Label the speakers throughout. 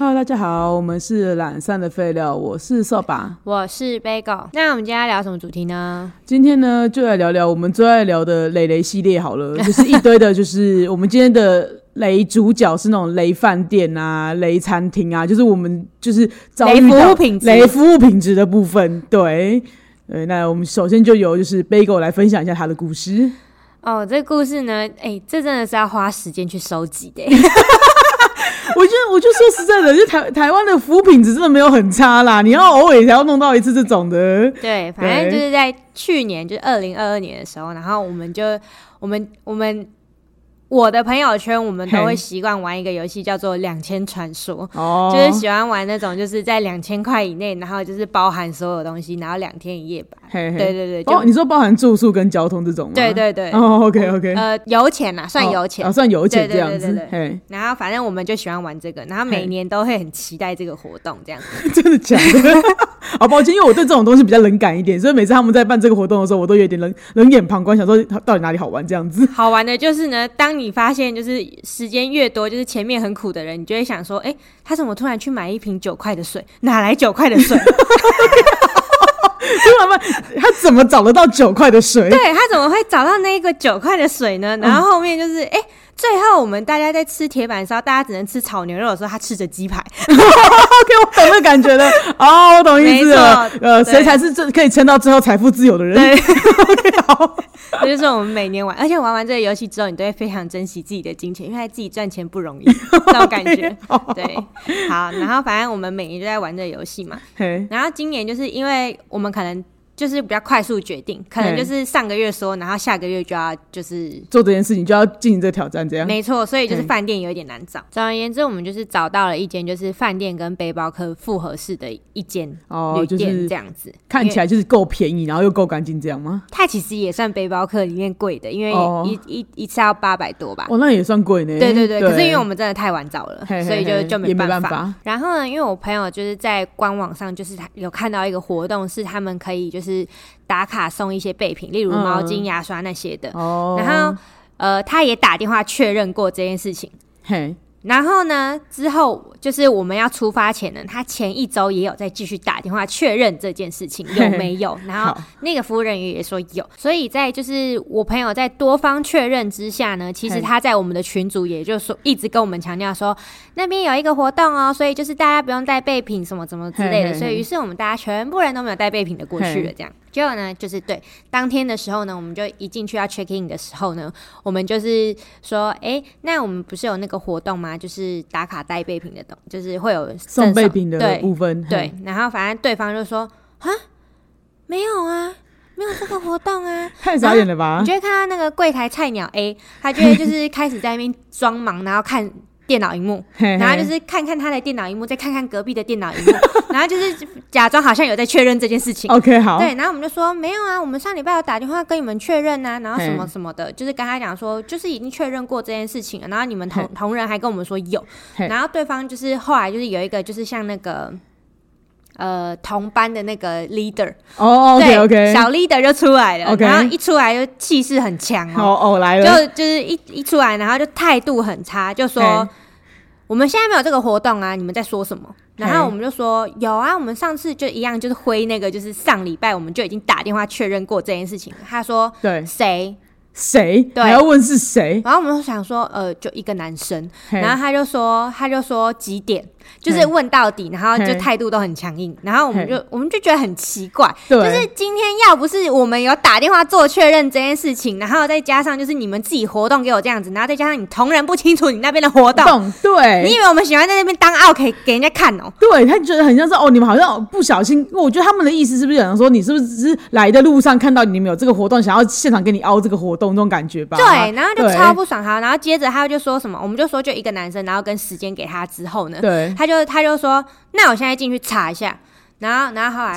Speaker 1: Hello， 大家好，我们是懒散的废料，我是扫把，
Speaker 2: 我是 Bagel。那我们今天要聊什么主题呢？
Speaker 1: 今天呢，就来聊聊我们最爱聊的雷雷系列好了，就是一堆的，就是我们今天的雷主角是那种雷饭店啊、雷餐厅啊，就是我们就是遭遇到雷服务品质的部分。对，那我们首先就由就是 Bagel 来分享一下他的故事。
Speaker 2: 哦，这个故事呢，这真的是要花时间去收集的。
Speaker 1: 我就说实在的，就台湾的服务品质真的没有很差啦，你要偶尔才要弄到一次这种的。
Speaker 2: 对，反正就是在去年，就是2022年的时候，然后我的朋友圈，我们都会习惯玩一个游戏，叫做2000传说，就是喜欢玩那种就是在2000块以内，然后就是包含所有东西，然后2天1夜吧。对对对，
Speaker 1: 你说包含住宿跟交通这种吗？
Speaker 2: 对对对。
Speaker 1: OK。
Speaker 2: 油钱啦，算油钱，
Speaker 1: 算油钱这样子。
Speaker 2: 对。然后反正我们就喜欢玩这个，然后每年都会很期待这个活动，这样子。
Speaker 1: 真的假的？好抱歉，因为我对这种东西比较冷感一点，所以每次他们在办这个活动的时候，我都有点冷眼旁观，想说到底哪里好玩这样子。
Speaker 2: 好玩的就是呢，当你发现就是时间越多，就是前面很苦的人，你就会想说，他怎么突然去买一瓶9块的水？哪来9块的水？
Speaker 1: 他怎么找得到9块的水？
Speaker 2: 对，他怎么会找到那个9块的水呢？然后后面就是最后我们大家在吃铁板烧，大家只能吃炒牛肉的时候，他吃着鸡排。
Speaker 1: OK， 我懂那感觉了。我懂意思了。谁才是可以撑到最后财富自由的人？
Speaker 2: 对
Speaker 1: ，OK， 好。
Speaker 2: 这就是我们每年玩，而且玩完这个游戏之后，你都会非常珍惜自己的金钱，因为自己赚钱不容易，这种感觉。对，好，然后反正我们每年就在玩这个游戏嘛。然后今年就是因为我们可能就是比较快速决定，可能就是上个月说，然后下个月就要就是
Speaker 1: 做这件事情，就要进行这个挑战，这样。
Speaker 2: 没错，所以就是饭店有一点难找。总而言之，我们就是找到了一间就是饭店跟背包客复合式的一间旅店，这样子、就是、
Speaker 1: 看起来就是够便宜，然后又够干净，这样吗？
Speaker 2: 它其实也算背包客里面贵的，因为一次要800多吧。
Speaker 1: 那也算贵呢。
Speaker 2: 对对对，可是因为我们真的太晚找了，所以就没办法。然后呢，因为我朋友就是在官网上就是有看到一个活动，是他们可以就是打卡送一些备品，例如毛巾、牙刷那些的。然后他也打电话确认过这件事情。然后呢，之后就是我们要出发前呢，他前1周也有再继续打电话确认这件事情有没有，然后那个服务人员也说有，所以在就是我朋友在多方确认之下呢，其实他在我们的群组也就说一直跟我们强调说那边有一个活动哦，所以就是大家不用带备品什么什么之类的，所以于是我们大家全部人都没有带备品的过去了，这样。结果呢，就是对当天的时候呢，我们就一进去要 check in 的时候呢，我们就是说，那我们不是有那个活动吗？就是打卡带备品的就是会有
Speaker 1: 送备品的部分。
Speaker 2: 对，然后反正对方就说，没有啊，没有这个活动啊，
Speaker 1: 太傻眼了吧？
Speaker 2: 你就会看到那个柜台菜鸟 A， 他就会就是开始在那边装忙，然后看电脑萤幕，然后就是看看他的电脑萤幕，再看看隔壁的电脑萤幕，然后就是假装好像有在确认这件事情。
Speaker 1: OK， 好。
Speaker 2: 对，然后我们就说没有啊，我们上礼拜有打电话跟你们确认啊，然后什么什么的，就是跟他讲说，就是已经确认过这件事情了，然后你们同仁还跟我们说有，然后对方就是后来就是有一个就是像那个同班的那个 leader，
Speaker 1: OK，
Speaker 2: 小 leader 就出来了，
Speaker 1: okay，
Speaker 2: 然后一出来就气势很强
Speaker 1: 来了，
Speaker 2: 就是一出来，然后就态度很差，就说我们现在没有这个活动啊，你们在说什么？然后我们就说有啊，我们上次就一样，就是挥那个，就是上礼拜我们就已经打电话确认过这件事情了。他说对谁？对，
Speaker 1: 还要问是谁？
Speaker 2: 然后我们就想说，就一个男生，然后他就说几点，就是问到底，然后就态度都很强硬，然后我们就觉得很奇怪，就是今天要不是我们有打电话做确认这件事情，然后再加上就是你们自己活动给我这样子，然后再加上你同仁不清楚你那边的活动，
Speaker 1: 对，
Speaker 2: 你以为我们喜欢在那边当奥给人家看哦？
Speaker 1: 对，他觉得很像是你们好像不小心，我觉得他们的意思是不是想说你是不是只是来的路上看到你们有这个活动，想要现场给你凹这个活动这种感觉吧？
Speaker 2: 对，然后就超不爽。好，然后接着他就说什么，我们就说就一个男生，然后跟时间给他之后呢，对，他就说那我现在进去查一下，然后后来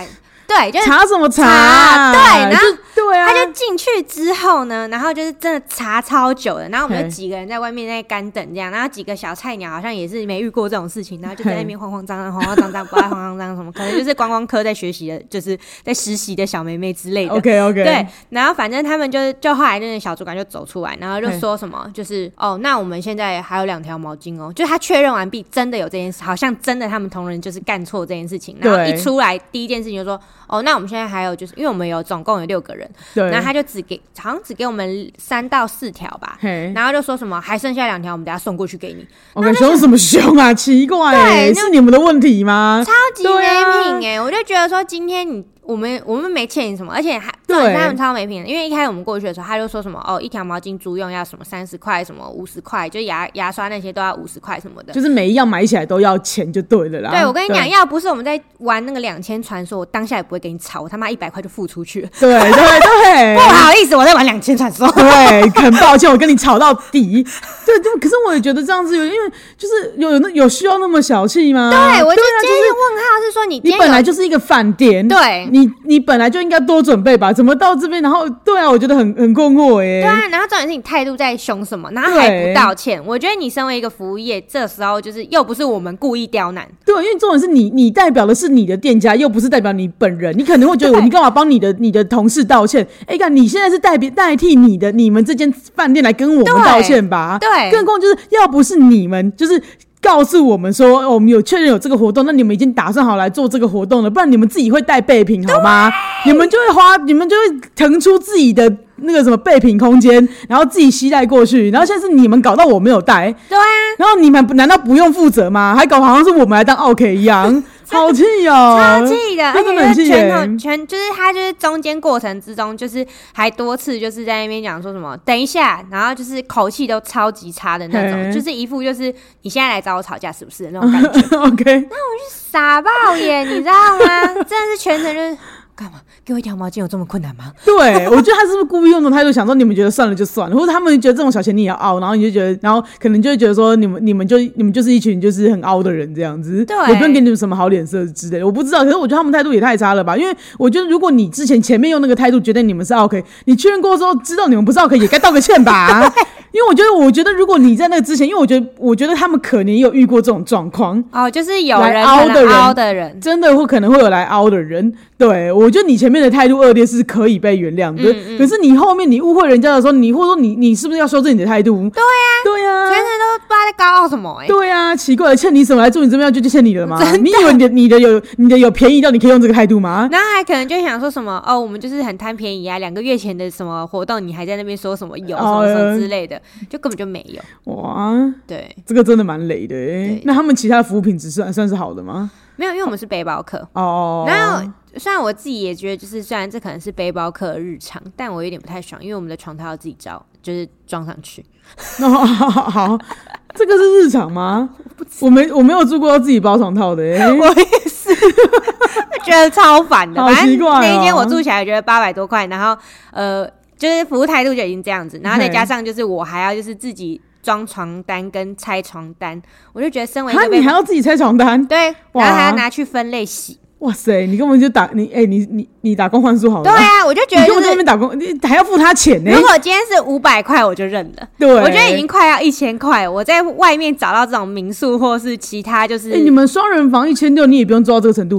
Speaker 2: 对，就是
Speaker 1: 查什么查？
Speaker 2: 对，然后
Speaker 1: 对啊，
Speaker 2: 他就进去之后呢，然后就是真的查超久的，然后我们就几个人在外面在干等这样，然后几个小菜鸟好像也是没遇过这种事情，然后就在那边慌慌张张、慌慌张张，不爱慌慌张张什么，可能就是观光科在学习的，就是在实习的小妹妹之类的。
Speaker 1: OK，
Speaker 2: 对，然后反正他们就后来那个小主管就走出来，然后就说什么，就是那我们现在还有2条毛巾哦，就是他确认完毕，真的有这件事，好像真的他们同仁就是干错这件事情，然后一出来第一件事情就说，那我们现在还有就是因为我们总共有6个人，然后他就好像只给我们3到4条吧，然后就说什么还剩下2条，我们等一下送过去给你。
Speaker 1: 我凶什么凶啊？奇怪，是你们的问题吗？
Speaker 2: 超级没品我就觉得说今天我们没欠你什么，而且他们超没品的，因为一开始我们过去的时候，他就说什么1条毛巾租用要什么30块，什么50块，就牙刷那些都要50块什么的，
Speaker 1: 就是每一样买起来都要钱就对了啦。
Speaker 2: 对，我跟你讲，要不是我们在玩那个2000传说，我当下也不会给你吵，我他妈100块就付出去了。
Speaker 1: 对，
Speaker 2: 不好意思，我在玩2000传说。
Speaker 1: 对，很抱歉，我跟你吵到底。对，可是我也觉得这样子因为就是有需要那么小气吗？
Speaker 2: 对，我就今天问号是说你
Speaker 1: 本来就是一个饭店，
Speaker 2: 对。
Speaker 1: 你本来就应该多准备吧？怎么到这边？然后对啊，我觉得很困惑
Speaker 2: 对啊，然后重点是你态度在凶什么？然后还不道歉。我觉得你身为一个服务业，这时候就是又不是我们故意刁难。
Speaker 1: 对，因为重点是你代表的是你的店家，又不是代表你本人。你可能会觉得你干嘛帮你的同事道歉？看你现在是代替你们这间饭店来跟我们道歉吧？
Speaker 2: 对，
Speaker 1: 更何况就是要不是你们就是告诉我们说我们有确认有这个活动，那你们已经打算好来做这个活动了，不然你们自己会带备品好吗？你们就会腾出自己的那个什么备品空间，然后自己携带过去，然后现在是你们搞到我没有带，
Speaker 2: 对啊，
Speaker 1: 然后你们难道不用负责吗？还搞好像是我们来当 OK 一样。好气哦，
Speaker 2: 超气的，
Speaker 1: 而且
Speaker 2: 就是他就是中间过程之中，就是还多次就是在那边讲说什么等一下，然后就是口气都超级差的那种，就是一副就是你现在来找我吵架是不是那种感觉
Speaker 1: ？OK，
Speaker 2: 那我就傻爆眼，你知道吗？真的是全程就是干嘛？给我1条毛巾有这么困难吗？
Speaker 1: 对，我觉得他是不是故意用这种态度，想说你们觉得算了就算了，或者他们觉得这种小钱你也要凹，然后你就觉得，然后可能就会觉得说你们就是一群就是很凹的人这样子，
Speaker 2: 对，
Speaker 1: 也不用给你们什么好脸色之类的。我不知道，可是我觉得他们态度也太差了吧？因为我觉得如果你之前面用那个态度觉得你们是 OK， 你确认过之后知道你们不是 OK， 也该道个歉吧？因为我觉得如果你在那个之前，因为我觉得他们可能也有遇过这种状况
Speaker 2: 就是有人
Speaker 1: 凹
Speaker 2: 的人，
Speaker 1: 真的可能会有来凹的人。对，我觉得你前面的态度恶劣是可以被原谅的，可是你后面你误会人家的时候，或者说你是不是要修正你的态度？对啊，
Speaker 2: 全程都不知道在高傲什么
Speaker 1: 对啊，奇怪了，欠你什么来住你这边就欠你的了吗？你以为你的有便宜到你可以用这个态度吗？
Speaker 2: 然后还可能就想说什么我们就是很贪便宜啊，2个月前的什么活动你还在那边说什么有什么之类的，就根本就没有。
Speaker 1: 哇，
Speaker 2: 对，
Speaker 1: 这个真的蛮雷的那他们其他的服务品质算是好的吗？
Speaker 2: 没有，因为我们是背包客然后虽然我自己也觉得就是虽然这可能是背包客的日常，但我有点不太爽，因为我们的床套要自己就是装上去。
Speaker 1: 好，这个是日常吗？我没有住过要自己包床套的
Speaker 2: 我也是觉得超烦的。
Speaker 1: 好奇怪
Speaker 2: 那一天我住起来觉得800多块，然后就是服务态度就已经这样子，然后再加上就是我还要就是自己装床单跟拆床单，我就觉得身为一个
Speaker 1: 你还要自己拆床单？
Speaker 2: 对，然后还要拿去分类洗。
Speaker 1: 哇塞，你根本就你打工换宿好了。
Speaker 2: 对啊，我就觉得
Speaker 1: 你根本在那边打工，你还要付他钱
Speaker 2: 如果今天是500块，我就认了。
Speaker 1: 对，
Speaker 2: 我觉得已经快要1000块。我在外面找到这种民宿或是其他就是，
Speaker 1: 你们双人房1600，你也不用做到这个程度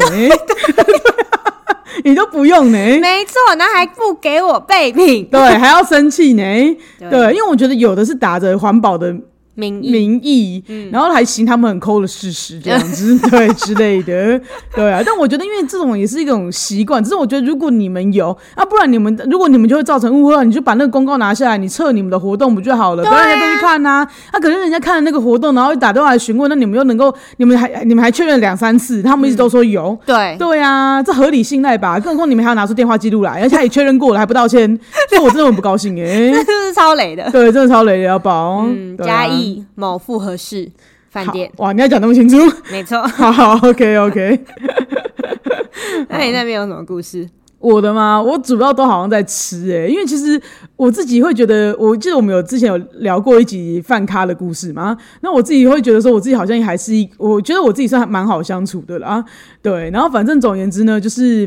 Speaker 1: 你都不用呢，
Speaker 2: 没错，然后还不给我备品，
Speaker 1: 对，还要生气呢，对，因为我觉得有的是打着环保的名义然后还行他们很抠的事实这样子对之类的，对啊，但我觉得因为这种也是一种习惯，只是我觉得如果你们有不然如果你们就会造成误会，你就把那个公告拿下来，你撤你们的活动不就好了，不让人家都去看可能人家看了那个活动然后打电话来询问，那你们又能够你们还确认2-3次，他们一直都说有，对啊，这合理信赖吧，更何况你们还要拿出电话记录来，而且他也确认过了还不道歉，所以我真的很不高兴这
Speaker 2: 是不是超雷的？
Speaker 1: 对，真的超雷的，要保
Speaker 2: 嘉义某复合式饭店。
Speaker 1: 哇，你要讲那么清楚？
Speaker 2: 没错。
Speaker 1: 好 OK
Speaker 2: 那你那边有什么故事？
Speaker 1: 我的吗？我主要都好像在吃因为其实我自己会觉得，我记得我们之前有聊过一集饭咖的故事嘛，那我自己会觉得说我自己好像还是我觉得我自己算蛮好相处的啦，对，然后反正总而言之呢，就是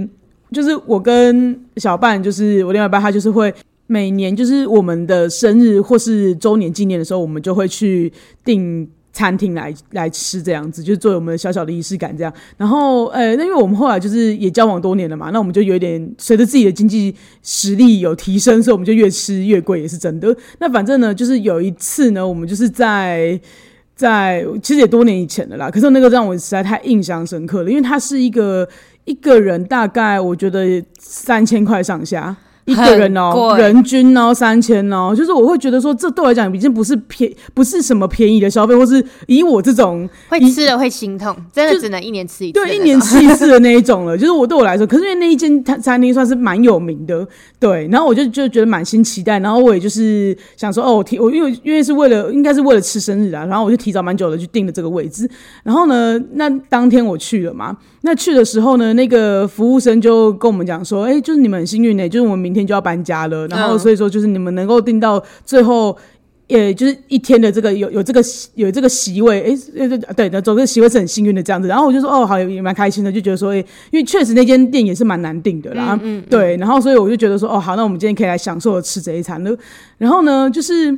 Speaker 1: 就是我跟小伴，就是我另外一半，他就是会每年就是我们的生日或是周年纪念的时候，我们就会去订餐厅来吃，这样子就是做我们小小的仪式感这样。然后那因为我们后来就是也交往多年了嘛，那我们就有点随着自己的经济实力有提升，所以我们就越吃越贵，也是真的。那反正呢，就是有一次呢，我们就是在其实也多年以前了啦，可是那个让我实在太印象深刻了，因为它是一个人大概我觉得3000块上下。一个人人均3000就是我会觉得说，这对我来讲已经不是什么便宜的消费，或是以我这种
Speaker 2: 会吃了会心痛，真的只能一年吃一次，
Speaker 1: 对，一年吃一次的那一种了。就是对我来说，可是因为那一间餐厅算是蛮有名的，对，然后我就觉得满心期待，然后我也就是想说，我因为是应该是为了吃生日啊，然后我就提早蛮久的去订了这个位置，然后呢，那当天我去了嘛。那去的时候呢，那个服务生就跟我们讲说，就是你们很幸运呢，就是我们明天就要搬家了，然后所以说就是你们能够订到最后，就是一天的这个有这个席位，对，走这个席位是很幸运的这样子。然后我就说，好，也蛮开心的，就觉得说，因为确实那间店也是蛮难订的啦，对，然后所以我就觉得说，好，那我们今天可以来享受的吃这一餐了。然后呢，就是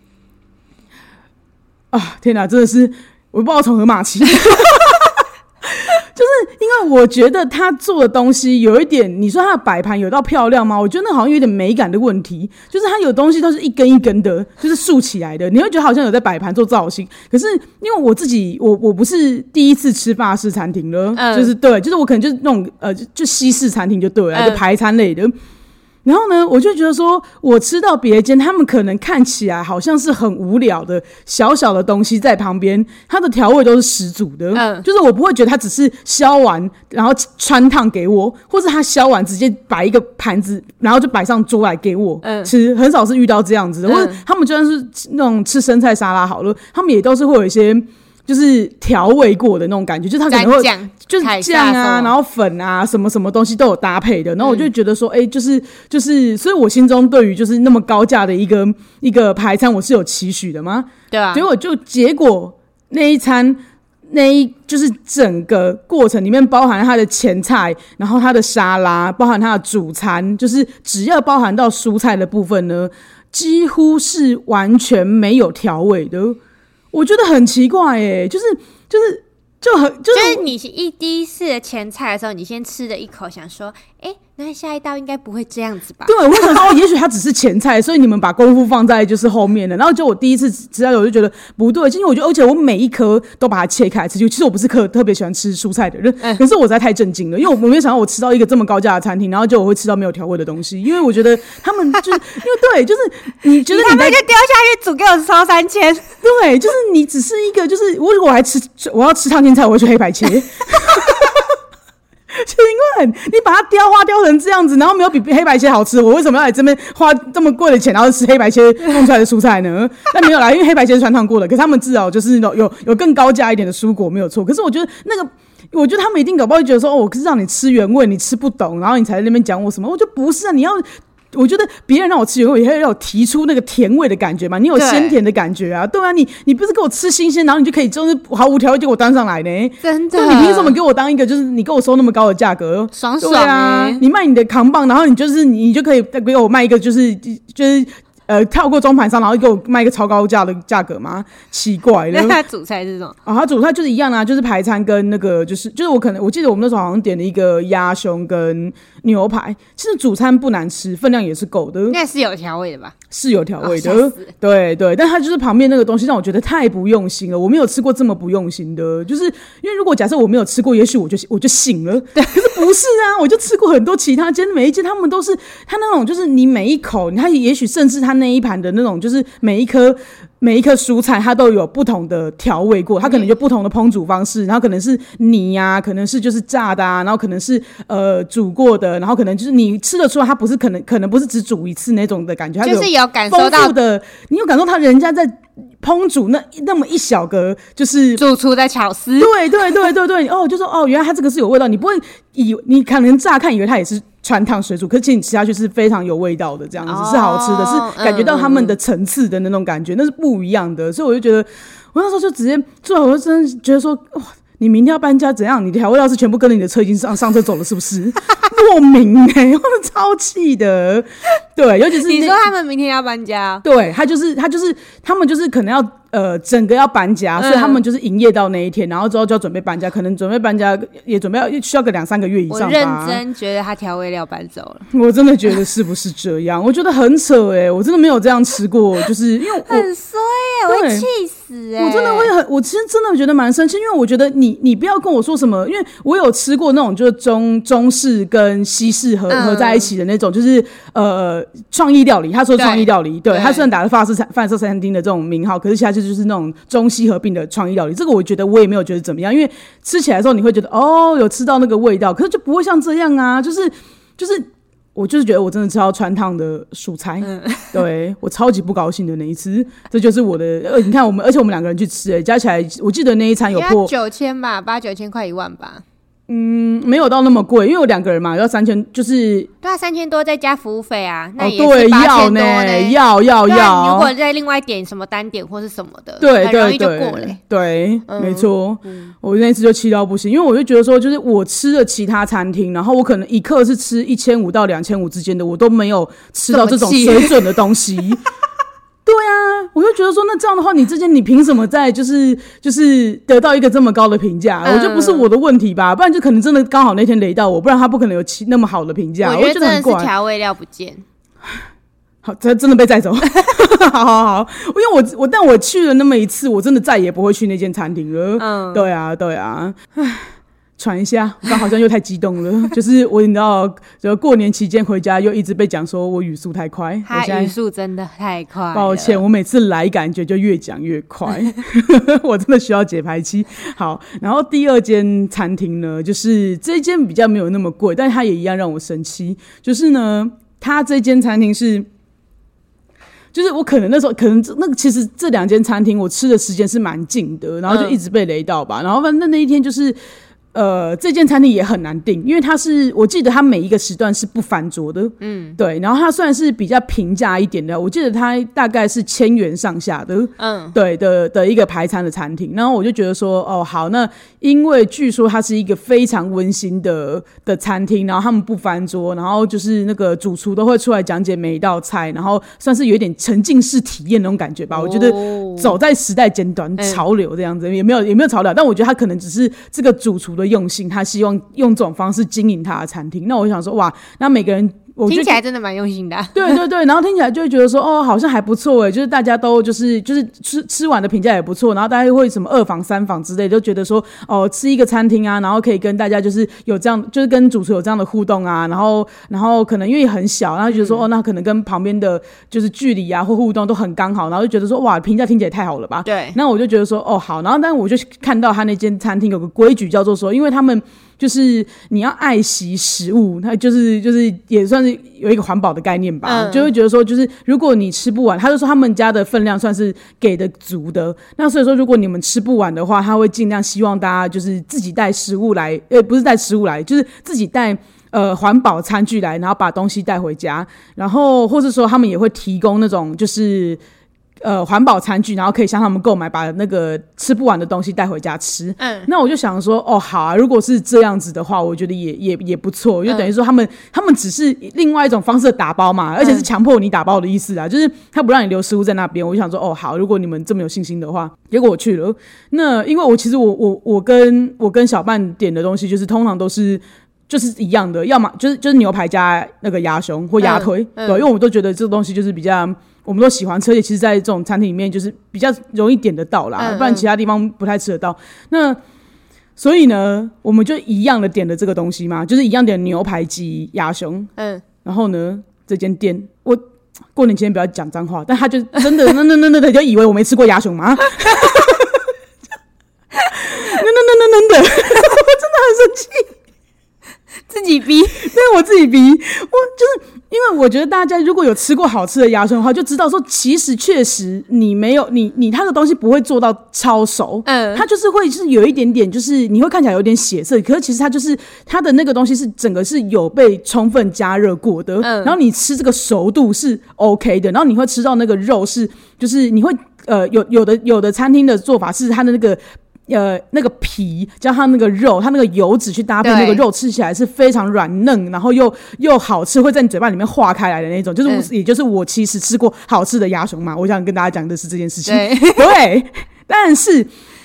Speaker 1: 天哪，真的是我不知道从何骂起。就是因为我觉得他做的东西有一点，你说他的摆盘有到漂亮吗？我觉得那好像有点美感的问题，就是他有东西都是一根一根的，就是竖起来的，你会觉得好像有在摆盘做造型。可是因为我自己，我不是第一次吃法式餐厅了，就是对，就是我可能就是那种就西式餐厅就对了，就排餐类的。然后呢，我就觉得说，我吃到别间，他们可能看起来好像是很无聊的小小的东西在旁边，它的调味都是十足的，就是我不会觉得它只是削完然后穿烫给我，或是他削完直接摆一个盘子，然后就摆上桌来给我吃，很少是遇到这样子的。或者他们就算是那种吃生菜沙拉好了，他们也都是会有一些就是调味过的那种感觉，就是他可能会就是酱啊，然后粉啊，什么什么东西都有搭配的。然后我就觉得说，就是，所以我心中对于就是那么高价的一个排餐，我是有期许的嘛。
Speaker 2: 对啊。
Speaker 1: 结果那一餐，就是整个过程里面包含它的前菜，然后它的沙拉，包含它的主餐，就是只要包含到蔬菜的部分呢，几乎是完全没有调味的。我觉得很奇怪耶，就是
Speaker 2: 你第一次的前菜的时候，你先吃了一口，想说，那下一道应该不会这样子吧？
Speaker 1: 对，我想说，也许它只是前菜，所以你们把功夫放在就是后面的。然后就我第一次吃到，我就觉得不对，因为我觉得，而且我每一颗都把它切开来吃。其实我不是特别喜欢吃蔬菜的人，可是我实在太震惊了，因为我没有想到我吃到一个这么高价的餐厅，然后就我会吃到没有调味的东西。因为我觉得他们就是因为对，就是你觉得
Speaker 2: 你就丢下去煮给我烧3000，
Speaker 1: 对，就是你只是一个，就是我如果我要吃烫青菜，我会去黑白切。就因为你把它花雕成这样子，然后没有比黑白切好吃，我为什么要来这边花这么贵的钱，然后吃黑白切弄出来的蔬菜呢？但没有啦，因为黑白切是穿烫过的，可是他们至少就是有更高价一点的蔬果，没有错。可是我觉得我觉得他们一定搞不好会觉得说，我是让你吃原味，你吃不懂，然后你才在那边讲我什么？我就不是啊，我觉得别人让我吃原味，也会让我提出那个甜味的感觉嘛。你有鲜甜的感觉啊，对啊，你不是给我吃新鲜，然后你就可以就是毫无调味就给我端上来呢？
Speaker 2: 真的，
Speaker 1: 你凭什么给我当一个就是你给我收那么高的价格？
Speaker 2: 爽爽
Speaker 1: 对啊，你卖你的扛棒，然后你就可以给我卖一个就是跳过中盘商，然后给我卖一个超高价的价格吗？奇怪了。
Speaker 2: 那他主菜是什么？
Speaker 1: 他主菜就是一样啊，就是排餐跟那个就是我记得我们那时候好像点了一个鸭胸跟牛排，其实主餐不难吃，分量也是够的。
Speaker 2: 那是有调味的吧？
Speaker 1: 是有调味的，对，但它就是旁边那个东西让我觉得太不用心了。我没有吃过这么不用心的，就是因为如果假设我没有吃过，也许我就信了。对，可是不是啊，我就吃过很多其他间，每一间他们都是他那种，就是你每一口，他也许甚至他那一盘的那种，就是每一颗蔬菜它都有不同的调味过，它可能有不同的烹煮方式，然后可能是泥啊，可能是就是炸的啊，然后可能是煮过的，然后可能就是你吃得出来它不是可能不是只煮一次那种的感觉，它
Speaker 2: 就是有感受到
Speaker 1: 的，你有感受到人家在烹煮那么一小格，就是
Speaker 2: 主厨的巧思。
Speaker 1: 对，就说原来它这个是有味道，你不会你可能乍看以为它也是穿烫水煮，可是其实你吃下去是非常有味道的，这样子是好吃的，是感觉到他们的层次的那种感觉，那是不一样的。所以我就觉得，我那时候就直接做，我就真的觉得说，哇， 你明天要搬家怎样？你的调味料是全部跟着你的车已经上车走了是不是？莫名我超气的。对，尤其是
Speaker 2: 你说他们明天要搬家，
Speaker 1: 对，他们就是可能要整个要搬家，所以他们就是营业到那一天，然后之后就要准备搬家，可能准备搬家也准备需要个2-3个月以上吧。
Speaker 2: 我认真觉得他调味料搬走了，
Speaker 1: 我真的觉得是不是这样？我觉得很扯我真的没有这样吃过，就是因为我
Speaker 2: 很衰我会气死
Speaker 1: 我真的会我其实真的觉得蛮生气，因为我觉得你不要跟我说什么，因为我有吃过那种就是中式跟西式合在一起的那种，就是创意料理，他说创意料理，对，他虽然打了法式餐厅的这种名号，可是其他就是那种中西合并的创意料理。这个我觉得我也没有觉得怎么样，因为吃起来的时候你会觉得有吃到那个味道，可是就不会像这样啊，就是我就是觉得我真的吃到川烫的蔬菜，对，我超级不高兴的那一次。这就是我的你看而且我们2个人去吃加起来我记得那一餐有破
Speaker 2: 9000吧，8-9千块1万吧。
Speaker 1: 没有到那么贵，因为有2个人嘛，要3000，就是
Speaker 2: 对啊，3000多再加服务费啊，那也
Speaker 1: 是8000
Speaker 2: 多呢。
Speaker 1: 要，
Speaker 2: 你如果再另外点什么单点或是什么的，
Speaker 1: 对，
Speaker 2: 很容易就过了。
Speaker 1: 对，没错。我那次就气到不行，因为我就觉得说，就是我吃了其他餐厅，然后我可能一客是吃1500到2500之间的，我都没有吃到这种水准的东西。对啊，我就觉得说，那这样的话，你凭什么在就是得到一个这么高的评价？我觉得不是我的问题吧，不然就可能真的刚好那天雷到我，不然他不可能有那么好的评价。
Speaker 2: 我觉得真的是调味料不见。
Speaker 1: 好，他真的被载走。好，因为但我去了那么一次，我真的再也不会去那间餐厅了。对啊，唉。喘一下，我刚好像又太激动了。就是你知道，就过年期间回家又一直被讲说我语速太快，
Speaker 2: 他语速真的太快了。
Speaker 1: 抱歉，我每次来感觉就越讲越快，我真的需要节拍器。好，然后第2间餐厅呢，就是这间比较没有那么贵，但它也一样让我生气。就是呢，它这间餐厅是。就是我可能那时候那个其实这2间餐厅我吃的时间是蛮近的，然后就一直被雷到吧。然后反正那一天就是这间餐厅也很难订，因为我记得它每一个时段是不翻桌的，对。然后它算是比较平价一点的，我记得它大概是1000元上下的，对的一个排餐的餐厅。然后我就觉得说，好，那因为据说它是一个非常温馨的餐厅，然后他们不翻桌，然后就是那个主厨都会出来讲解每一道菜，然后算是有一点沉浸式体验那种感觉吧。我觉得走在时代尖端，潮流这样子，也没有潮流，但我觉得他可能只是这个主厨的用心，他希望用这种方式经营他的餐厅。那我想说，哇，那每个人
Speaker 2: 听起来真的蛮用心的。
Speaker 1: 对，然后听起来就会觉得说，好像还不错就是大家都就是吃完的评价也不错，然后大家会什么2房3房之类，就觉得说，吃一个餐厅啊，然后可以跟大家就是有这样，就是跟主厨有这样的互动啊，然后可能因为很小，然后觉得说，那可能跟旁边的就是距离啊或互动都很刚好，然后就觉得说，哇，评价听起来也太好了吧？
Speaker 2: 对。
Speaker 1: 那我就觉得说，好，然后但我就看到他那间餐厅有个规矩叫做说，因为他们就是你要爱惜食物，它就是也算是有一个环保的概念吧，就会觉得说，就是如果你吃不完，他就说他们家的分量算是给的足的，那所以说如果你们吃不完的话，他会尽量希望大家就是自己带食物来，不是带食物来，就是自己带环保餐具来，然后把东西带回家，然后或是说他们也会提供那种就是环保餐具，然后可以向他们购买，把那个吃不完的东西带回家吃。那我就想说，好啊，如果是这样子的话，我觉得也不错，就等于说他们只是另外一种方式的打包嘛，而且是强迫你打包的意思啊，就是他不让你留食物在那边。我就想说，好，如果你们这么有信心的话，结果我去了。那因为我其实我跟小半点的东西，就是通常都是。就是一样的，要么就是牛排加那个鸭胸或鸭腿，对，因为我们都觉得这个东西就是比较我们都喜欢吃，而且其实在这种餐厅里面就是比较容易点得到啦，不然其他地方不太吃得到。那所以呢，我们就一样的点了这个东西嘛，就是一样点牛排及鸭胸。然后呢，这间店我过年期间不要讲脏话，但他就真的那就以为我没吃过鸭胸嘛。那我真的很生气。
Speaker 2: 自己逼，
Speaker 1: 对，我自己逼。我就是因为我觉得大家如果有吃过好吃的鸭胸的话，就知道说其实确实你没有你它的东西不会做到超熟，它就是会是有一点点，就是你会看起来有点血色，可是其实它就是它的那个东西是整个是有被充分加热过的，然后你吃这个熟度是 OK 的，然后你会吃到那个肉是就是你会有的餐厅的做法是它的那个那个皮加上那个肉，它那个油脂去搭配那个肉，吃起来是非常软嫩，然后又好吃，会在你嘴巴里面化开来的那种。也就是我其实吃过好吃的鸭胸嘛，我想跟大家讲的是这件事情。对，但是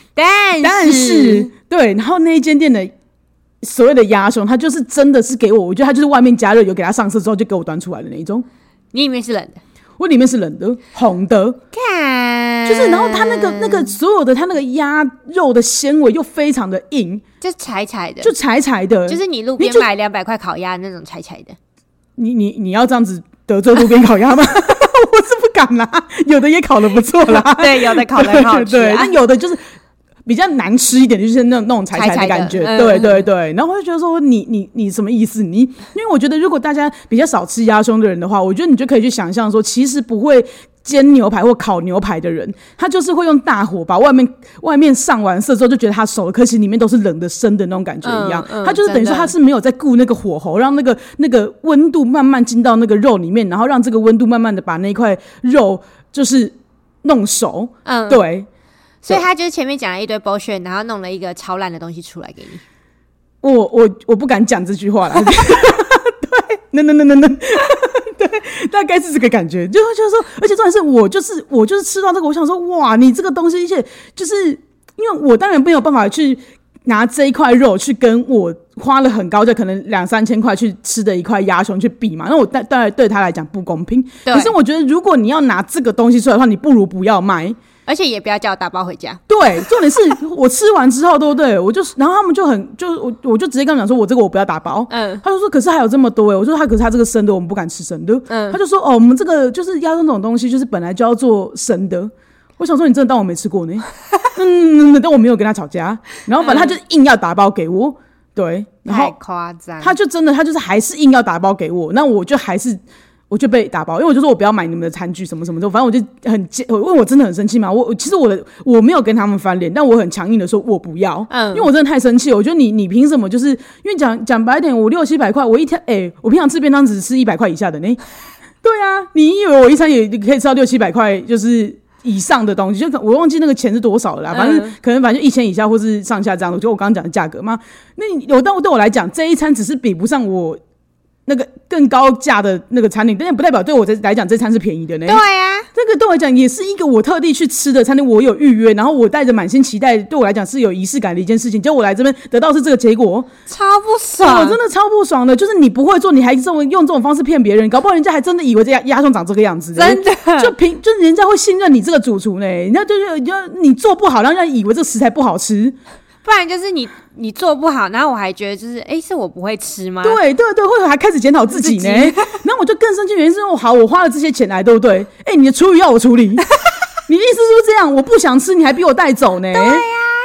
Speaker 1: 对，然后那一间店的所谓的鸭胸，它就是真的是给我觉得它就是外面加热油给它上色之后就给我端出来的那一种。
Speaker 2: 你里面是冷的？
Speaker 1: 我里面是冷的，红的，就是然后它那个所有的它那个鸭肉的纤维又非常的硬，
Speaker 2: 就柴柴的，
Speaker 1: 就是
Speaker 2: 你路边买200块烤鸭那种柴柴的。
Speaker 1: 你要这样子得罪路边烤鸭吗？我是不敢啦，有的也烤得不错啦。
Speaker 2: 对，有的烤得很好吃，
Speaker 1: 对，但有的就是比较难吃一点，就是那种柴柴的感觉。对，然后我就觉得说你什么意思？因为我觉得如果大家比较少吃鸭胸的人的话，我觉得你就可以去想象说，其实不会煎牛排或烤牛排的人，他就是会用大火把外面上完色之后就觉得它熟了，可是里面都是冷的生的那种感觉一样。他就是等于说他是没有在顾那个火候，让那个温度慢慢进到那个肉里面，然后让这个温度慢慢的把那块肉就是弄熟。对。
Speaker 2: 所以他就是前面讲了一堆 bullshit， 然后弄了一个超烂的东西出来给你。
Speaker 1: 我不敢讲这句话啦。对，对，大概是这个感觉，就是说，而且重点是我就是吃到这个，我想说，哇，你这个东西，而且就是因为我当然没有办法去拿这一块肉去跟我花了很高价，可能2-3千块去吃的一块鸭胸去比嘛，那我当然对他来讲不公平。可是我觉得，如果你要拿这个东西出来的话，你不如不要卖。
Speaker 2: 而且也不要叫我打包回家。
Speaker 1: 对，重点是我吃完之后，对不对？然后他们我就直接跟他们讲说，我这个我不要打包。他就说，可是还有这么多我说可是他这个生的，我们不敢吃生的。他就说，我们这个就是鸭胸这种东西，就是本来就要做生的。我想说，你真的当我没吃过呢？但我没有跟他吵架。然后反正他就硬要打包给我，对，然后
Speaker 2: 太夸张。
Speaker 1: 他就是还是硬要打包给我，那我就被打包，因为我就说我不要买你们的餐具什么什么的，反正我就因为我真的很生气嘛。其实我没有跟他们翻脸，但我很强硬的说我不要，因为我真的太生气了。我觉得你凭什么？就是因为讲白一点，我600-700块，我一天我平常吃便当只吃100块以下的呢。对啊，你以为我一餐也可以吃到600-700块就是以上的东西？就我忘记那个钱是多少了啦，反正就1000以下或是上下这样的，就我刚刚讲的价格嘛。但对我来讲，这一餐只是比不上我那个更高价的那个餐厅，但也不代表对我来讲这餐是便宜的呢。
Speaker 2: 对啊，
Speaker 1: 这个对我来讲也是一个我特地去吃的餐厅，我有预约，然后我带着满心期待，对我来讲是有仪式感的一件事情。结果我来这边得到是这个结果，
Speaker 2: 超不爽，
Speaker 1: 我真的超不爽的。就是你不会做，你还用这种方式骗别人，搞不好人家还真的以为这鸭胸长这个样子，
Speaker 2: 真的
Speaker 1: 就人家会信任你这个主厨呢。人家就是你做不好，让人家以为这个食材不好吃。
Speaker 2: 不然就是你做不好，然后我还觉得就是是我不会吃吗？
Speaker 1: 对，或者还开始检讨自己呢。然后我就更生气，原因是我花了这些钱来，对不对？你的厨余要我处理，你的意思是不是这样？我不想吃，你还逼我带走呢？对呀，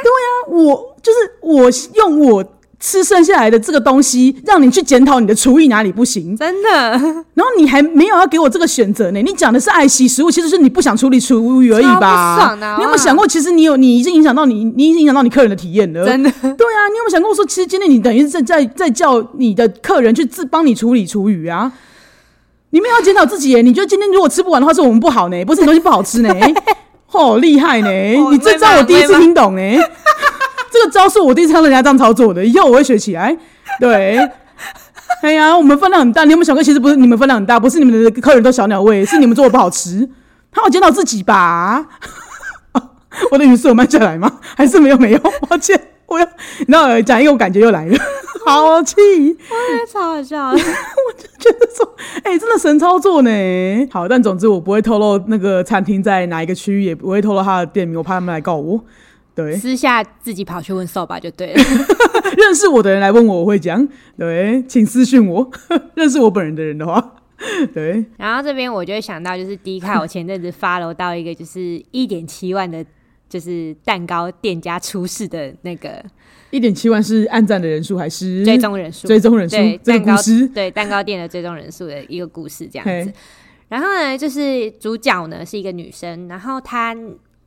Speaker 1: 我用我吃剩下来的这个东西，让你去检讨你的厨艺哪里不行，
Speaker 2: 真的。
Speaker 1: 然后你还没有要给我这个选择呢？你讲的是爱惜食物，其实是你不想处理厨余而已吧？
Speaker 2: 超不爽的。
Speaker 1: 你有没有想过，其实你已经影响到你客人的体验了？
Speaker 2: 真的。
Speaker 1: 对啊，你有没有想过说，其实今天你等于是在叫你的客人去帮你处理厨余啊？你没有要检讨自己耶？你觉得今天如果吃不完的话，是我们不好呢？不是你东西不好吃呢？厉害呢！你这招我第一次听懂呢。这个招数我第一次看人家这样操作的，以后我会学起来。对，哎呀，我们分量很大，你有没有想过，其实不是你们分量很大，不是你们的客人都小鸟胃，是你们做的不好吃。他有检讨自己吧？我的语速有慢下来吗？还是没有？抱歉，我要然后讲一个，我感觉又来了，好气！
Speaker 2: 我也超好笑的，
Speaker 1: 我就觉得说，真的神操作呢。好，但总之我不会透露那个餐厅在哪一个区域，也不会透露他的店名，我怕他们来告我。对，
Speaker 2: 私下自己跑去问瘦吧就对了。
Speaker 1: 认识我的人来问我会讲，对，请私讯我。认识我本人的人的话，对。
Speaker 2: 然后这边我就会想到，就是 Dcard 我前阵子follow到一个就是1.7万的，就是蛋糕店家出事的那个。
Speaker 1: 1.7万是按赞的人数还是
Speaker 2: 追踪人数？
Speaker 1: 追踪人数，
Speaker 2: 对，
Speaker 1: 这个故事，
Speaker 2: 对蛋糕店的追踪人数的一个故事这样子。然后呢，就是主角呢是一个女生，然后她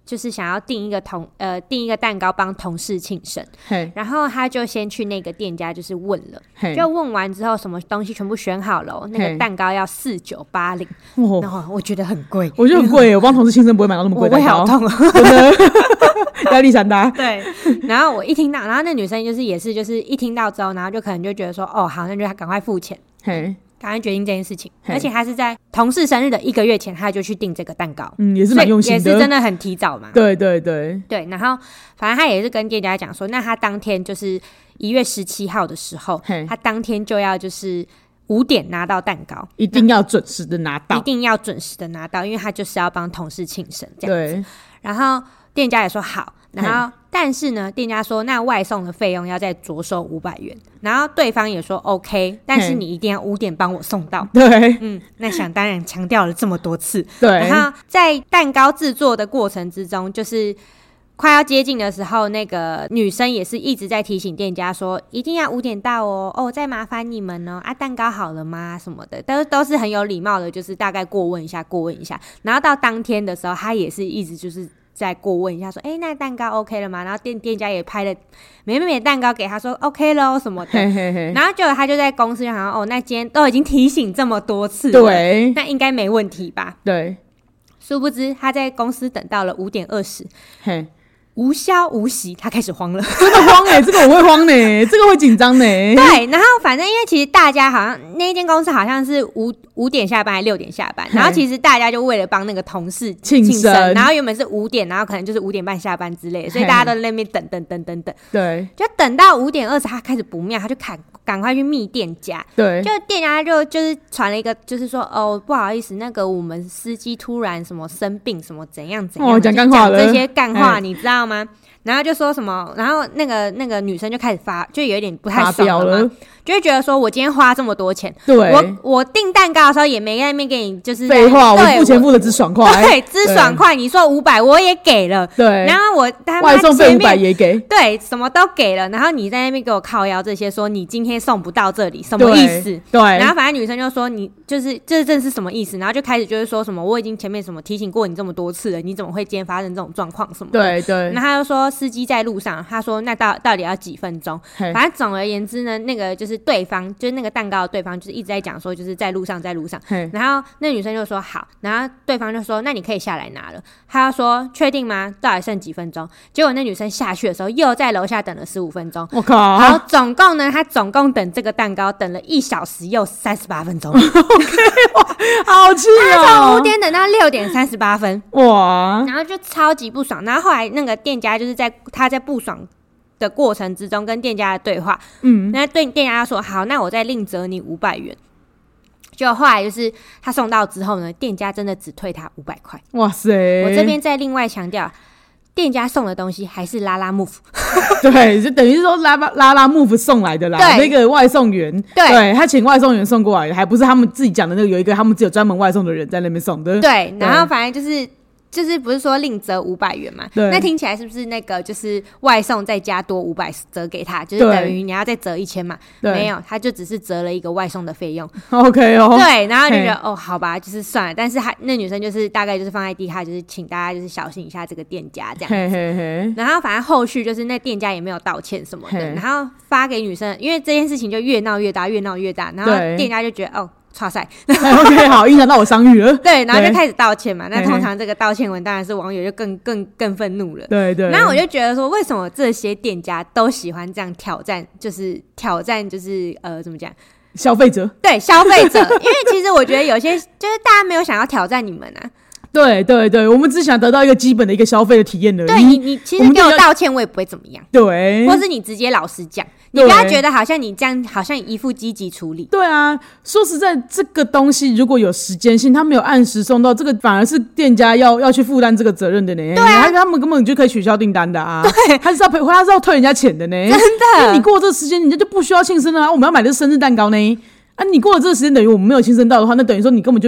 Speaker 2: 就是想要订一个蛋糕帮同事庆生，然后他就先去那个店家就是问了，就问完之后什么东西全部选好了，那个蛋糕要4980，然后我觉得很贵，
Speaker 1: 我觉得很贵，我帮同事庆生不会买到那么贵的蛋糕，
Speaker 2: 我会好痛
Speaker 1: 压力山大。
Speaker 2: 对，然后我一听到，然后那女生也是就是一听到之后，然后就可能就觉得说哦好，那就赶快付钱，赶快决定这件事情，而且他是在同事生日的1个月前他就去订这个蛋糕，
Speaker 1: 也是蛮用心的，
Speaker 2: 也是真的很提早嘛。
Speaker 1: 对，
Speaker 2: 然后反正他也是跟店家讲说，那他当天就是1月17号的时候，他当天就要就是5点拿到蛋糕，
Speaker 1: 一定要准时的拿到，
Speaker 2: 一定要准时的拿到，因为他就是要帮同事庆生这样子。
Speaker 1: 对，
Speaker 2: 然后店家也说好，然后但是呢，店家说那外送的费用要再着收500元，然后对方也说 OK， 但是你一定要5点帮我送到。
Speaker 1: 对，
Speaker 2: 那想当然强调了这么多次。
Speaker 1: 对，
Speaker 2: 然后在蛋糕制作的过程之中，就是快要接近的时候，那个女生也是一直在提醒店家说一定要5点到哦，再麻烦你们哦，蛋糕好了吗什么的，都是很有礼貌的，就是大概过问一下。然后到当天的时候，她也是一直就是再过问一下说那蛋糕 OK 了吗？然后店家也拍了美美蛋糕给他说 OK 咯什么的，然后结果他就在公司就想说那今天都已经提醒这么多次了，对，那应该没问题吧？对，殊不知他在公司等到了5点20，无消无息，他开始慌了，
Speaker 1: 真的慌这个我会慌这个会紧张
Speaker 2: 对，然后反正因为其实大家好像那间公司好像是5点下班还是6点下班，然后其实大家就为了帮那个同事庆生，然后原本是5点，然后可能就是5点半下班之类的，所以大家都在那边等，对，就等到5点20，他开始不妙，他就赶快去密店家，对，就店家就是传了一个，就是说不好意思，那个我们司机突然什么生病什么怎样
Speaker 1: 讲干话了，
Speaker 2: 这些干话你知道吗？然后就说什么，然后那个女生就开始就有点不太爽了嘛，就会觉得说我今天花这么多钱，对，我订蛋糕的时候也没在那边给你就是
Speaker 1: 废话，我付钱付的之爽快，
Speaker 2: 对，之爽快，你说500我也给了，对，然后我
Speaker 1: 外送费500也给，
Speaker 2: 对，什么都给了，然后你在那边给我靠腰这些，说你今天送不到这里，什么意思？对，然后反正女生就说你就是这是什么意思？然后就开始就是说什么我已经前面什么提醒过你这么多次了，你怎么会今天发生这种状况什么的？对，然后他就说司机在路上，他说那到底要几分钟？反正总而言之呢，那个就是对方，就是那个蛋糕的对方，就是一直在讲说就是在路上，然后那女生就说好，然后对方就说那你可以下来拿了。他就说确定吗？到底剩几分钟？结果那女生下去的时候又在楼下等了15分钟。我靠！然后他总共等这个蛋糕等了1小时又38分钟。
Speaker 1: OK， 哇，好气哦！
Speaker 2: 他从5点等到6点38分，哇！然后就超级不爽。然后后来那个店家就是他在不爽的过程之中跟店家的对话，那对店家说好，那我再另折你500元。就后来就是他送到之后呢，店家真的只退他500块。哇塞！我这边再另外强调，店家送的东西还是拉拉 move，
Speaker 1: 对，就等于是说拉拉 move 送来的啦。那个外送员，对，他请外送员送过来的，还不是他们自己讲的那个有一个他们只有专门外送的人在那边送的。对，
Speaker 2: 然后反正就是不是说另折500元嘛？那听起来是不是那个就是外送再加多500折给他，就是等于你要再折1000嘛？没有，他就只是折了一个外送的费用。
Speaker 1: OK 哦，
Speaker 2: 对，然后就觉得好吧，就是算了。但是那女生就是大概就是放在地下，就是请大家就是小心一下这个店家这样子。然后反正后续就是那店家也没有道歉什么的，然后发给女生，因为这件事情就越闹越大，然后店家就觉得哇塞
Speaker 1: ，OK， 好，影响到我商誉了。
Speaker 2: 对，然后就开始道歉嘛。那通常这个道歉文当然是网友就更愤怒了。对。然后我就觉得说，为什么这些店家都喜欢这样挑战，就是怎么讲？
Speaker 1: 消费者，
Speaker 2: 对消费者，因为其实我觉得有些就是大家没有想要挑战你们啊。
Speaker 1: 对，我们只想得到一个基本的一个消费的体验而已。
Speaker 2: 对，你其实给我道歉，我也不会怎么样。
Speaker 1: 对，
Speaker 2: 或是你直接老实讲，你不要觉得好像你这样好像一副积极处理。
Speaker 1: 对啊，说实在，这个东西如果有时间性，他没有按时送到，这个反而是店家要去负担这个责任的呢。对啊，他们根本就可以取消订单的啊。对，他是要退人家钱的呢。真的，你过这个时间，人家就不需要庆生了啊。我们要买的是生日蛋糕呢。啊，你过了这个时间，等于我们没有庆生到的话，那等于说你根本就没有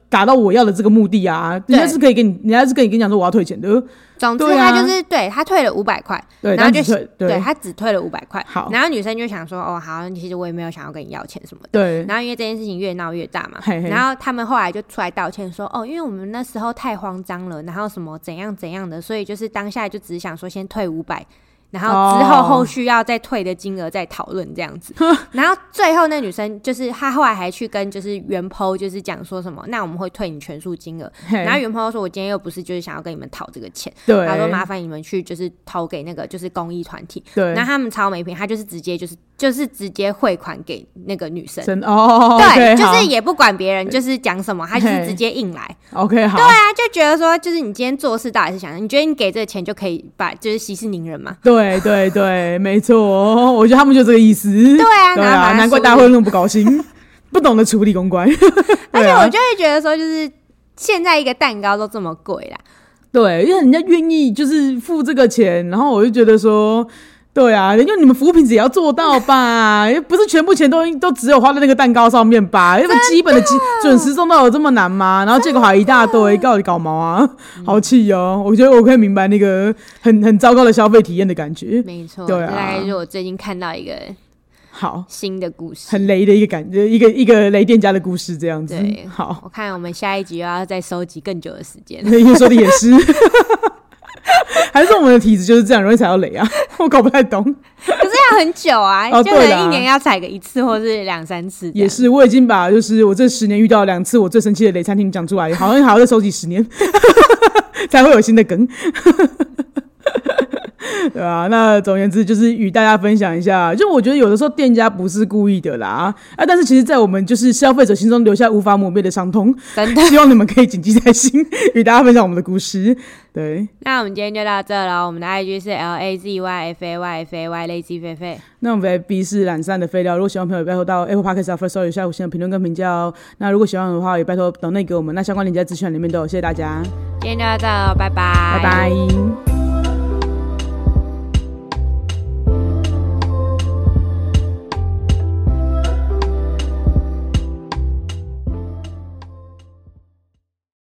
Speaker 1: 达到我要的这个目的啊，人家是可以跟你讲说我要退钱的。
Speaker 2: 总之他就是对他退了500块，然后就对他只退了500块。好，然后女生就想说哦好，其实我也没有想要跟你要钱什么的。对，然后因为这件事情越闹越大嘛，然后他们后来就出来道歉说哦，因为我们那时候太慌张了，然后什么怎样怎样的，所以就是当下就只想说先退500。然后之后后续要再退的金额再讨论这样子，然后最后那女生就是她后来还去跟就是原 po 就是讲说什么，那我们会退你全数金额，然后原 po 说我今天又不是就是想要跟你们讨这个钱，他说麻烦你们去就是投给那个就是公益团体，然后他们超没品，他就是直接就是直接汇款给那个女生，对， okay, 就是也不管别人就是讲什么，他就是直接硬来
Speaker 1: OK 好，
Speaker 2: 对啊，就觉得说就是你今天做事到底是想你觉得你给这个钱就可以把就是息事宁人嘛，
Speaker 1: 对，没错，我觉得他们就这个意思。
Speaker 2: 对啊，
Speaker 1: 难怪大家会那么不高兴，不懂得处理公关。
Speaker 2: 而且我就会觉得说，就是现在一个蛋糕都这么贵啦。
Speaker 1: 对，因为人家愿意就是付这个钱，然后我就觉得说，对啊，因为你们服务品质也要做到吧，不是全部钱都只有花在那个蛋糕上面吧？因为基本的准时送到有这么难吗？然后结果还一大堆，到底搞毛啊？好气哦！我觉得我可以明白那个很糟糕的消费体验的感觉。
Speaker 2: 没错，对啊，大概是我最近看到一个好新的故事，
Speaker 1: 很雷的一个感觉，一个雷店家的故事这样子。
Speaker 2: 对，
Speaker 1: 好，
Speaker 2: 我看我们下一集又要再收集更久的时间。
Speaker 1: 你说的也是。还是我们的体质就是这样容易踩到雷啊？我搞不太懂。
Speaker 2: 可是要很久啊，就可能一年要踩个1次或是2-3次。
Speaker 1: 也是，我已经把就是我这10年遇到2次我最生气的雷餐厅讲出来，好像还要再收集10年才会有新的梗。对啊，那总而言之就是与大家分享一下，就我觉得有的时候店家不是故意的啦，但是其实在我们就是消费者心中留下无法抹灭的伤痛，真的希望你们可以谨记在心，与大家分享我们的故事。对，
Speaker 2: 那我们今天就到这了，我们的 IG 是 LAZYFAYFAY lazy 菲菲，
Speaker 1: 那我们的 FB 是懒散的废料。如果喜欢的朋友拜托到 Apple Podcast First Story 下5星的评论跟评价哦。那如果喜欢的话也拜托抖内给我们，那相关链接资讯里面都有，谢谢大家。
Speaker 2: 今天就到这了，拜拜，
Speaker 1: 拜拜。